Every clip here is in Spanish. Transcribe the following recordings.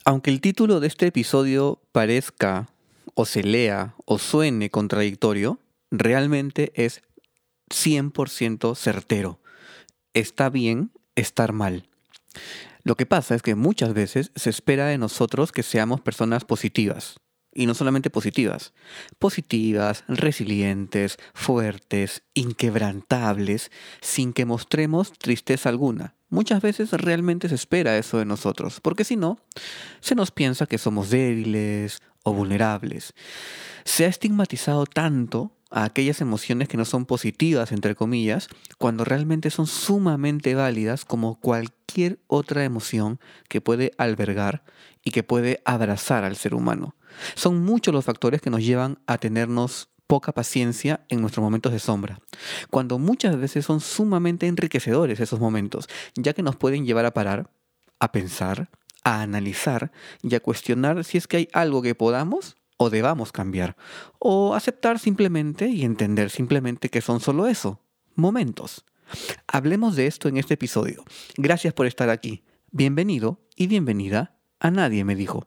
Aunque el título de este episodio parezca o se lea o suene contradictorio, realmente es 100% certero. Está bien estar mal. Lo que pasa es que muchas veces se espera de nosotros que seamos personas positivas. Y no solamente positivas. Positivas, resilientes, fuertes, inquebrantables, sin que mostremos tristeza alguna. Muchas veces realmente se espera eso de nosotros, porque si no, se nos piensa que somos débiles o vulnerables. Se ha estigmatizado tanto a aquellas emociones que no son positivas, entre comillas, cuando realmente son sumamente válidas como cualquier otra emoción que puede albergar y que puede abrazar al ser humano. Son muchos los factores que nos llevan a tenernos poca paciencia en nuestros momentos de sombra, cuando muchas veces son sumamente enriquecedores esos momentos, ya que nos pueden llevar a parar, a pensar, a analizar y a cuestionar si es que hay algo que podamos o debamos cambiar, o aceptar simplemente y entender simplemente que son solo eso, momentos. Hablemos de esto en este episodio. Gracias por estar aquí. Bienvenido y bienvenida a Nadie me dijo.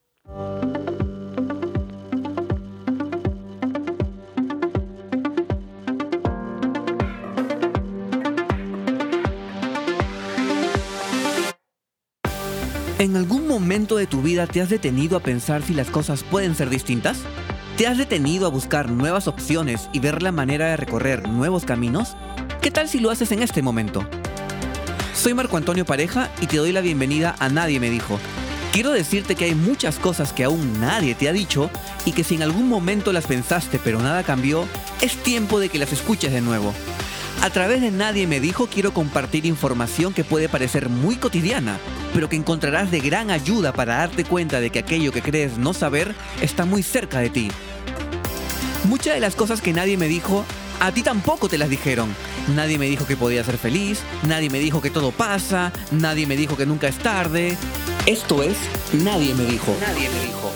¿En algún momento de tu vida te has detenido a pensar si las cosas pueden ser distintas? ¿Te has detenido a buscar nuevas opciones y ver la manera de recorrer nuevos caminos? ¿Qué tal si lo haces en este momento? Soy Marco Antonio Pareja y te doy la bienvenida a Nadie me dijo. Quiero decirte que hay muchas cosas que aún nadie te ha dicho y que si en algún momento las pensaste pero nada cambió, es tiempo de que las escuches de nuevo. A través de Nadie me dijo quiero compartir información que puede parecer muy cotidiana, pero que encontrarás de gran ayuda para darte cuenta de que aquello que crees no saber está muy cerca de ti. Muchas de las cosas que nadie me dijo, a ti tampoco te las dijeron. Nadie me dijo que podía ser feliz, nadie me dijo que todo pasa, nadie me dijo que nunca es tarde. Esto es Nadie me dijo. Nadie me dijo.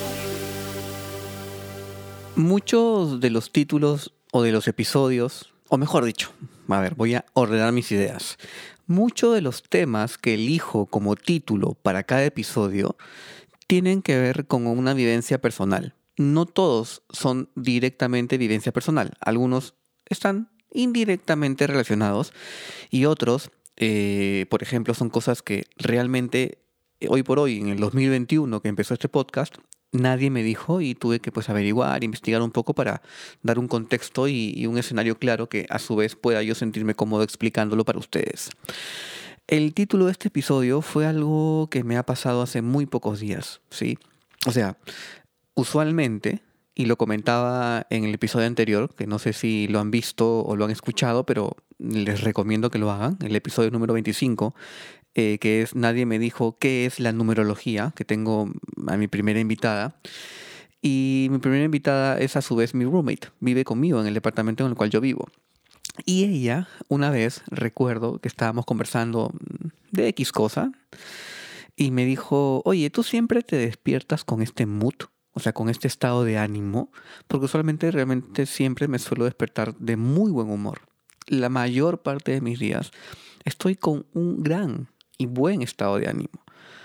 Muchos de los títulos o de los episodios, o mejor dicho, voy a ordenar mis ideas. Muchos de los temas que elijo como título para cada episodio tienen que ver con una vivencia personal. No todos son directamente vivencia personal. Algunos están indirectamente relacionados y otros, por ejemplo, son cosas que realmente hoy por hoy, en el 2021 que empezó este podcast, nadie me dijo y tuve que averiguar, investigar un poco para dar un contexto y un escenario claro que a su vez pueda yo sentirme cómodo explicándolo para ustedes. El título de este episodio fue algo que me ha pasado hace muy pocos días, ¿sí? O sea, usualmente, y lo comentaba en el episodio anterior, que no sé si lo han visto o lo han escuchado, pero les recomiendo que lo hagan, el episodio número 25, que es Nadie me dijo qué es la numerología, que tengo a mi primera invitada. Y mi primera invitada es a su vez mi roommate, vive conmigo en el departamento en el cual yo vivo. Y ella, una vez, recuerdo que estábamos conversando de X cosa, y me dijo, oye, ¿tú siempre te despiertas con este mood? O sea, con este estado de ánimo, porque usualmente realmente siempre me suelo despertar de muy buen humor. La mayor parte de mis días estoy con un gran y buen estado de ánimo.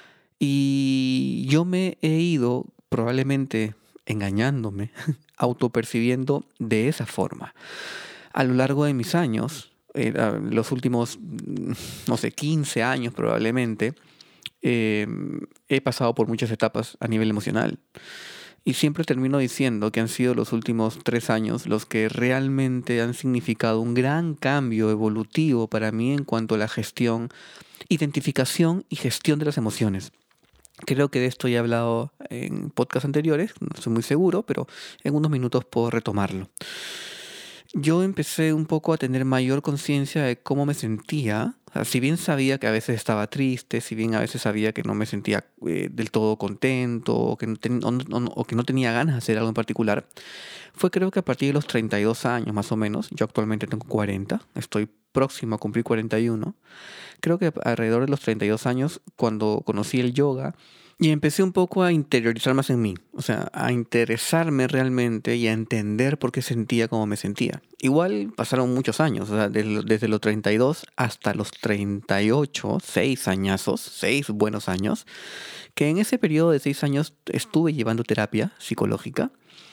Y yo me he ido probablemente engañándome, autopercibiendo de esa forma. A lo largo de mis años, los últimos, 15 años probablemente, he pasado por muchas etapas a nivel emocional. Y siempre termino diciendo que han sido los últimos 3 años los que realmente han significado un gran cambio evolutivo para mí en cuanto a la gestión, identificación y gestión de las emociones. Creo que de esto ya he hablado en podcasts anteriores, no estoy muy seguro, pero en unos minutos puedo retomarlo. Yo empecé un poco a tener mayor conciencia de cómo me sentía. O sea, si bien sabía que a veces estaba triste, si bien a veces sabía que no me sentía del todo contento o que o que no tenía ganas de hacer algo en particular, fue creo que a partir de los 32 años más o menos, yo actualmente tengo 40, estoy próximo a cumplir 41, creo que alrededor de los 32 años, cuando conocí el yoga Y empecé un poco a interiorizar más en mí, o sea, a interesarme realmente y a entender por qué sentía como me sentía. Igual pasaron muchos años, o sea, desde los 32 hasta los 38, 6 añazos, 6 buenos años, que en ese periodo de 6 años estuve llevando terapia psicológica.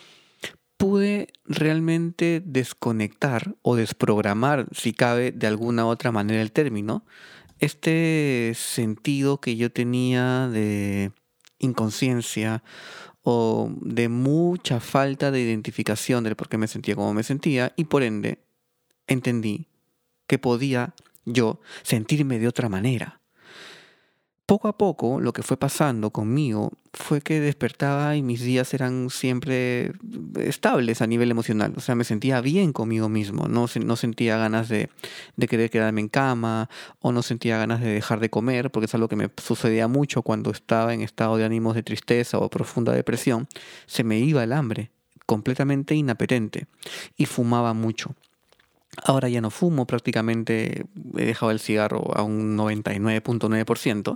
Pude realmente desconectar o desprogramar, si cabe, de alguna otra manera el término, este sentido que yo tenía de inconsciencia o de mucha falta de identificación del por qué me sentía como me sentía, y por ende entendí que podía yo sentirme de otra manera. Poco a poco, lo que fue pasando conmigo fue que despertaba y mis días eran siempre estables a nivel emocional. O sea, me sentía bien conmigo mismo. No sentía ganas de querer quedarme en cama o no sentía ganas de dejar de comer, porque es algo que me sucedía mucho cuando estaba en estado de ánimos de tristeza o profunda depresión. Se me iba el hambre, completamente inapetente, y fumaba mucho. Ahora ya no fumo, prácticamente he dejado el cigarro a un 99.9%.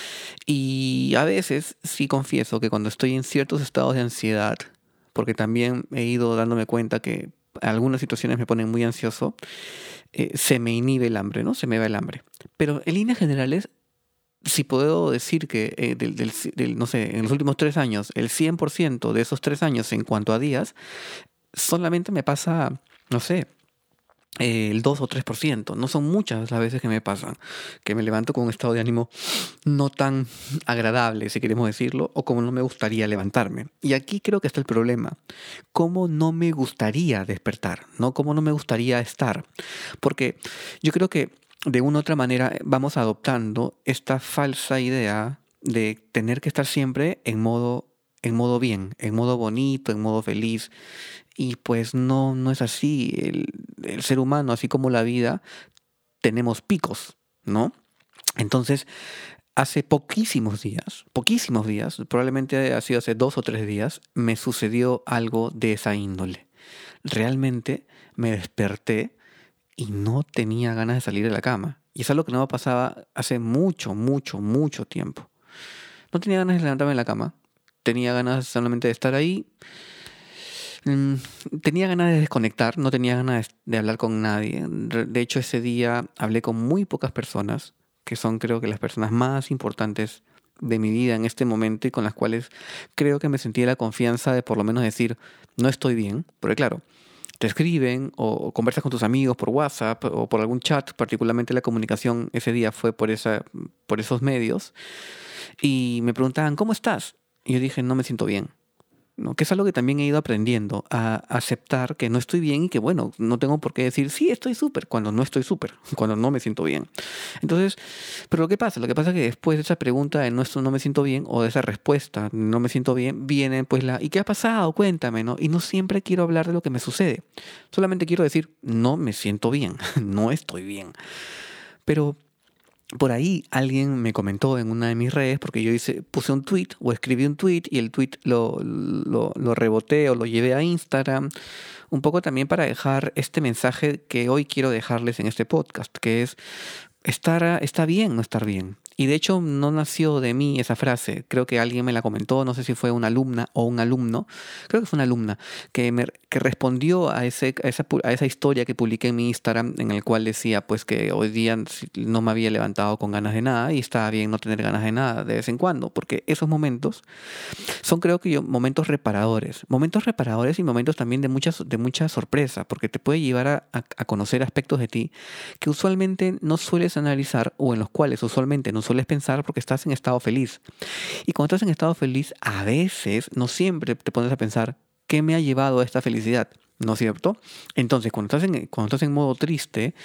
Y a veces sí confieso que cuando estoy en ciertos estados de ansiedad, porque también he ido dándome cuenta que algunas situaciones me ponen muy ansioso, se me inhibe el hambre, ¿no? Se me va el hambre. Pero en líneas generales, si puedo decir que no sé, en los últimos 3 años, el 100% de esos 3 años en cuanto a días, solamente me pasa, no sé, el 2 o 3%. No son muchas las veces que me pasan, que me levanto con un estado de ánimo no tan agradable, si queremos decirlo, o como no me gustaría levantarme. Y aquí creo que está el problema. ¿Cómo no me gustaría despertar? ¿No? ¿Cómo no me gustaría estar? Porque yo creo que de una u otra manera vamos adoptando esta falsa idea de tener que estar siempre en modo bien, en modo bonito, en modo feliz. Y pues no, no es así. El ser humano, así como la vida, tenemos picos, ¿no? Entonces, hace poquísimos días, probablemente ha sido hace 2 o 3 días, me sucedió algo de esa índole. Realmente me desperté y no tenía ganas de salir de la cama. Y es algo que no me pasaba hace mucho, mucho, mucho tiempo. No tenía ganas de levantarme de la cama. Tenía ganas solamente de estar ahí. Mm, Tenía ganas de desconectar, no tenía ganas de hablar con nadie. De hecho, ese día hablé con muy pocas personas, que son creo que las personas más importantes de mi vida en este momento y con las cuales creo que me sentí la confianza de por lo menos decir, no estoy bien, porque claro, te escriben o conversas con tus amigos por WhatsApp o por algún chat, particularmente la comunicación ese día fue por esos medios, y me preguntaban, ¿cómo estás? Y yo dije, no me siento bien. ¿No? Que es algo que también he ido aprendiendo a aceptar que no estoy bien y que, bueno, no tengo por qué decir, sí, estoy súper, cuando no estoy súper, cuando no me siento bien. Entonces, pero lo que pasa, es que después de esa pregunta de no me siento bien o de esa respuesta, no me siento bien, viene pues ¿y qué ha pasado? Cuéntame, ¿no? Y no siempre quiero hablar de lo que me sucede. Solamente quiero decir, no me siento bien, no estoy bien. Pero por ahí alguien me comentó en una de mis redes, porque puse un tweet o escribí un tweet y el tweet lo reboté o lo llevé a Instagram, un poco también para dejar este mensaje que hoy quiero dejarles en este podcast, que es está bien no estar bien. Y de hecho no nació de mí esa frase, creo que alguien me la comentó, no sé si fue una alumna o un alumno, creo que fue una alumna, que respondió a esa historia que publiqué en mi Instagram, en el cual decía pues que hoy día no me había levantado con ganas de nada y estaba bien no tener ganas de nada de vez en cuando, porque esos momentos son creo que momentos reparadores y momentos también de mucha sorpresa, porque te puede llevar a conocer aspectos de ti que usualmente no sueles analizar o en los cuales usualmente no sueles pensar porque estás en estado feliz. Y cuando estás en estado feliz, a veces, no siempre te pones a pensar, ¿qué me ha llevado a esta felicidad? ¿No es cierto? Entonces, cuando estás en modo triste,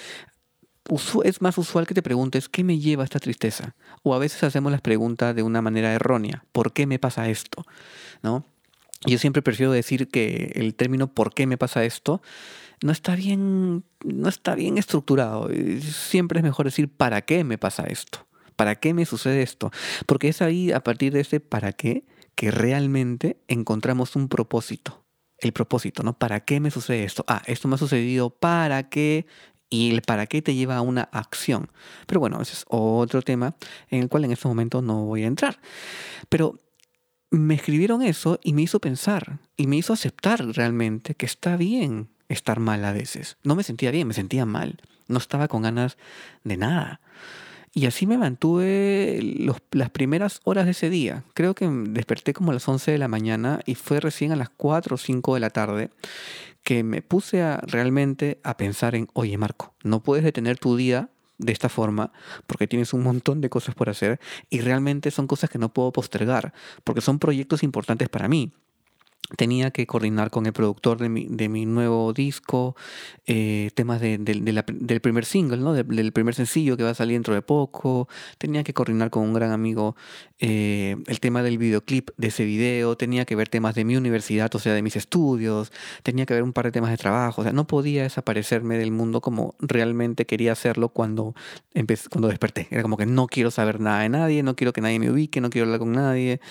es más usual que te preguntes, ¿qué me lleva a esta tristeza? O a veces hacemos las preguntas de una manera errónea, ¿por qué me pasa esto? ¿No? Yo siempre prefiero decir que el término ¿por qué me pasa esto? No está bien estructurado. Siempre es mejor decir ¿para qué me pasa esto? ¿Para qué me sucede esto? Porque es ahí, a partir de ese ¿para qué?, que realmente encontramos un propósito. El propósito, ¿no? ¿Para qué me sucede esto? Esto me ha sucedido para que Y el para qué te lleva a una acción. Pero bueno, ese es otro tema en el cual en estos momentos no voy a entrar. Pero me escribieron eso y me hizo pensar y me hizo aceptar realmente que está bien estar mal a veces. No me sentía bien, me sentía mal. No estaba con ganas de nada. Y así me mantuve las primeras horas de ese día. Creo que desperté como a las 11 de la mañana y fue recién a las 4 o 5 de la tarde que me puse realmente a pensar en, oye Marco, no puedes detener tu día de esta forma porque tienes un montón de cosas por hacer y realmente son cosas que no puedo postergar porque son proyectos importantes para mí. Tenía que coordinar con el productor de mi nuevo disco, temas del primer single, ¿no? Del primer sencillo que va a salir dentro de poco. Tenía que coordinar con un gran amigo el tema del videoclip de ese video. Tenía que ver temas de mi universidad, o sea, de mis estudios. Tenía que ver un par de temas de trabajo. O sea, no podía desaparecerme del mundo como realmente quería hacerlo cuando desperté. Era como que no quiero saber nada de nadie, no quiero que nadie me ubique, no quiero hablar con nadie.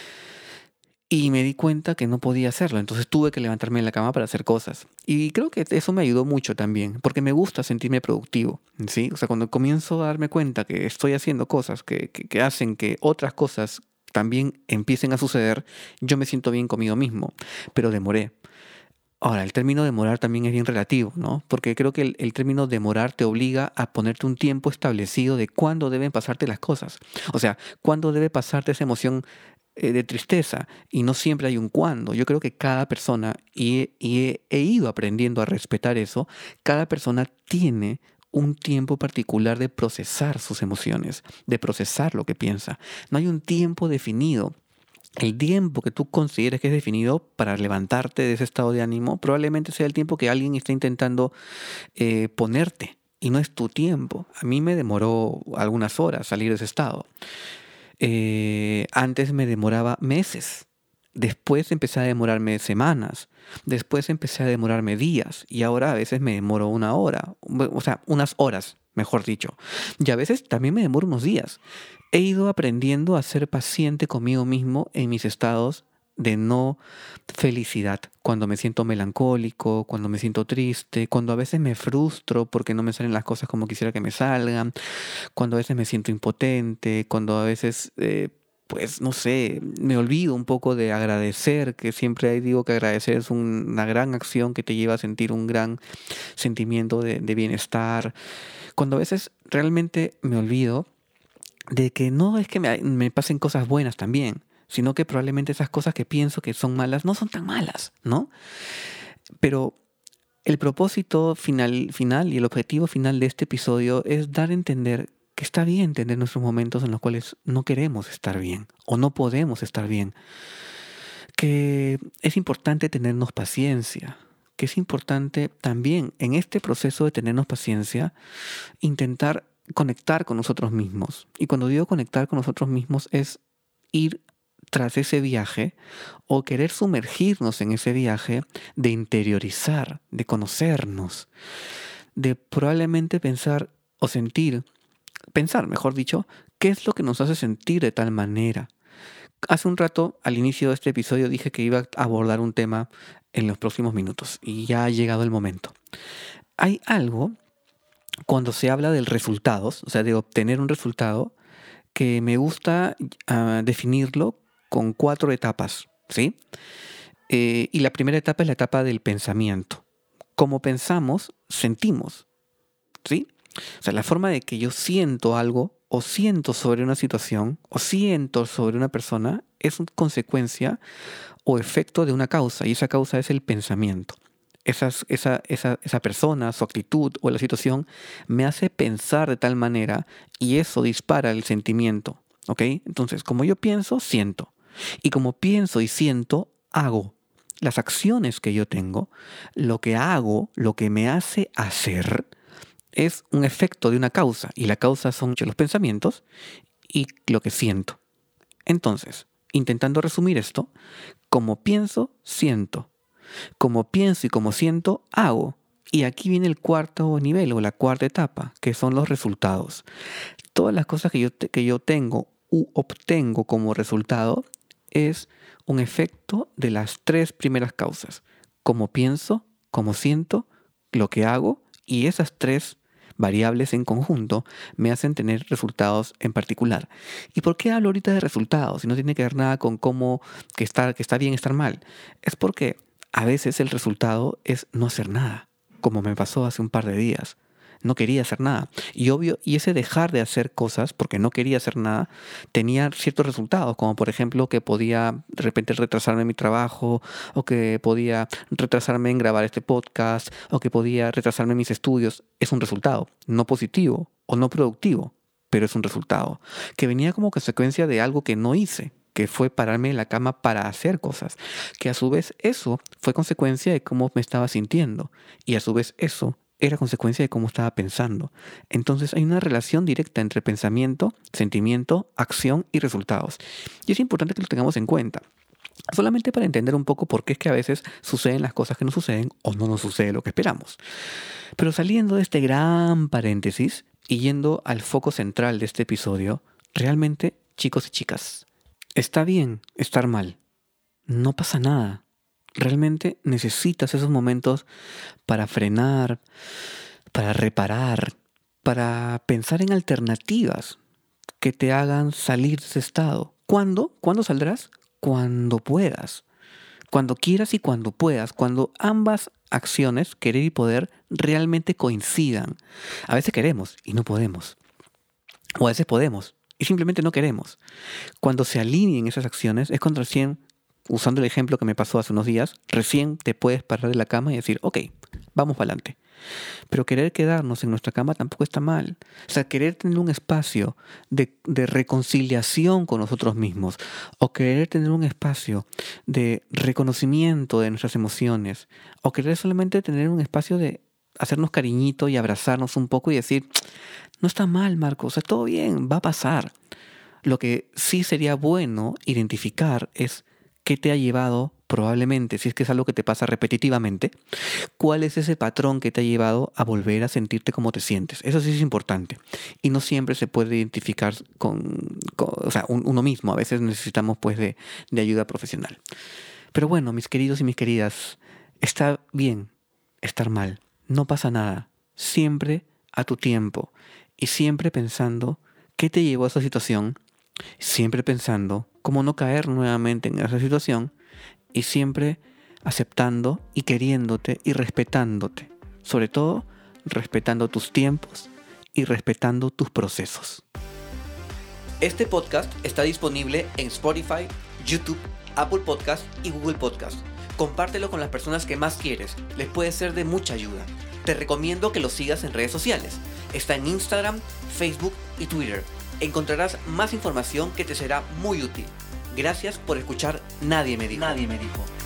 Y me di cuenta que no podía hacerlo, entonces tuve que levantarme en la cama para hacer cosas. Y creo que eso me ayudó mucho también, porque me gusta sentirme productivo, ¿sí? O sea, cuando comienzo a darme cuenta que estoy haciendo cosas que hacen que otras cosas también empiecen a suceder, yo me siento bien conmigo mismo, pero demoré. Ahora, el término demorar también es bien relativo, ¿no? Porque creo que el término demorar te obliga a ponerte un tiempo establecido de cuándo deben pasarte las cosas. O sea, cuándo debe pasarte esa emoción de tristeza. Y no siempre hay un cuándo. Yo creo que cada persona, y he ido aprendiendo a respetar eso, cada persona tiene un tiempo particular de procesar sus emociones, de procesar lo que piensa. No hay un tiempo definido. El tiempo que tú consideres que es definido para levantarte de ese estado de ánimo probablemente sea el tiempo que alguien está intentando ponerte y no es tu tiempo. A mí me demoró algunas horas salir de ese estado. Antes me demoraba meses. Después empecé a demorarme semanas. Después empecé a demorarme días. Y ahora a veces me demoro una hora. O sea, unas horas, mejor dicho. Y a veces también me demoro unos días. He ido aprendiendo a ser paciente conmigo mismo en mis estados de no felicidad, cuando me siento melancólico, cuando me siento triste, cuando a veces me frustro porque no me salen las cosas como quisiera que me salgan, cuando a veces me siento impotente, cuando a veces, pues no sé, me olvido un poco de agradecer, que siempre ahí digo que agradecer es una gran acción que te lleva a sentir un gran sentimiento de bienestar, cuando a veces realmente me olvido de que no es que me pasen cosas buenas también, sino que probablemente esas cosas que pienso que son malas no son tan malas, ¿no? Pero el propósito final y el objetivo final de este episodio es dar a entender que está bien tener nuestros momentos en los cuales no queremos estar bien o no podemos estar bien, que es importante tenernos paciencia, que es importante también en este proceso de tenernos paciencia intentar conectar con nosotros mismos. Y cuando digo conectar con nosotros mismos es ir tras ese viaje o querer sumergirnos en ese viaje de interiorizar, de conocernos, de probablemente pensar, mejor dicho, qué es lo que nos hace sentir de tal manera. Hace un rato, al inicio de este episodio, dije que iba a abordar un tema en los próximos minutos y ya ha llegado el momento. Hay algo cuando se habla de resultados, o sea, de obtener un resultado, que me gusta definirlo con 4 etapas, ¿sí? Y la primera etapa es la etapa del pensamiento. Como pensamos, sentimos, ¿sí? O sea, la forma de que yo siento algo, o siento sobre una situación, o siento sobre una persona, es una consecuencia o efecto de una causa, y esa causa es el pensamiento. Esa persona, su actitud o la situación me hace pensar de tal manera y eso dispara el sentimiento, ¿ok? Entonces, como yo pienso, siento. Y como pienso y siento, hago. Las acciones que yo tengo, lo que hago, lo que me hace hacer, es un efecto de una causa. Y la causa son los pensamientos y lo que siento. Entonces, intentando resumir esto, como pienso, siento. Como pienso y como siento, hago. Y aquí viene el cuarto nivel o la cuarta etapa, que son los resultados. Todas las cosas que yo tengo u obtengo como resultado es un efecto de las 3 primeras causas. Como pienso, como siento, lo que hago Y esas 3 variables en conjunto me hacen tener resultados en particular. ¿Y por qué hablo ahorita de resultados? Y no tiene que ver nada con cómo que está bien estar mal. Es porque a veces el resultado es no hacer nada, como me pasó hace un par de días. No quería hacer nada. Y ese dejar de hacer cosas, porque no quería hacer nada, tenía ciertos resultados, como por ejemplo que podía de repente retrasarme en mi trabajo, o que podía retrasarme en grabar este podcast, o que podía retrasarme en mis estudios. Es un resultado, no positivo o no productivo, pero es un resultado, que venía como consecuencia de algo que no hice, que fue pararme en la cama para hacer cosas, que a su vez eso fue consecuencia de cómo me estaba sintiendo, y a su vez eso era consecuencia de cómo estaba pensando. Entonces hay una relación directa entre pensamiento, sentimiento, acción y resultados. Y es importante que lo tengamos en cuenta. Solamente para entender un poco por qué es que a veces suceden las cosas que no suceden o no nos sucede lo que esperamos. Pero saliendo de este gran paréntesis y yendo al foco central de este episodio, realmente, chicos y chicas, está bien estar mal. No pasa nada. Realmente necesitas esos momentos para frenar, para reparar, para pensar en alternativas que te hagan salir de ese estado. ¿Cuándo? ¿Cuándo saldrás? Cuando puedas. Cuando quieras y cuando puedas. Cuando ambas acciones, querer y poder, realmente coincidan. A veces queremos y no podemos. O a veces podemos y simplemente no queremos. Cuando se alineen esas acciones es cuando recién, usando el ejemplo que me pasó hace unos días, recién te puedes parar de la cama y decir, ok, vamos para adelante. Pero querer quedarnos en nuestra cama tampoco está mal. O sea, querer tener un espacio de reconciliación con nosotros mismos, o querer tener un espacio de reconocimiento de nuestras emociones, o querer solamente tener un espacio de hacernos cariñito y abrazarnos un poco y decir, no está mal, Marco, o sea, todo bien, va a pasar. Lo que sí sería bueno identificar es qué te ha llevado, probablemente, si es que es algo que te pasa repetitivamente, cuál es ese patrón que te ha llevado a volver a sentirte como te sientes. Eso sí es importante. Y no siempre se puede identificar o sea, uno mismo. A veces necesitamos pues de ayuda profesional. Pero bueno, mis queridos y mis queridas, está bien estar mal. No pasa nada. Siempre a tu tiempo. Y siempre pensando qué te llevó a esa situación. Siempre pensando cómo no caer nuevamente en esa situación. Y siempre aceptando y queriéndote y respetándote. Sobre todo, respetando tus tiempos y respetando tus procesos. Este podcast está disponible en Spotify, YouTube, Apple Podcast y Google Podcast. Compártelo con las personas que más quieres. Les puede ser de mucha ayuda. Te recomiendo que lo sigas en redes sociales. Está en Instagram, Facebook y Twitter. Encontrarás más información que te será muy útil. Gracias por escuchar Nadie me dijo.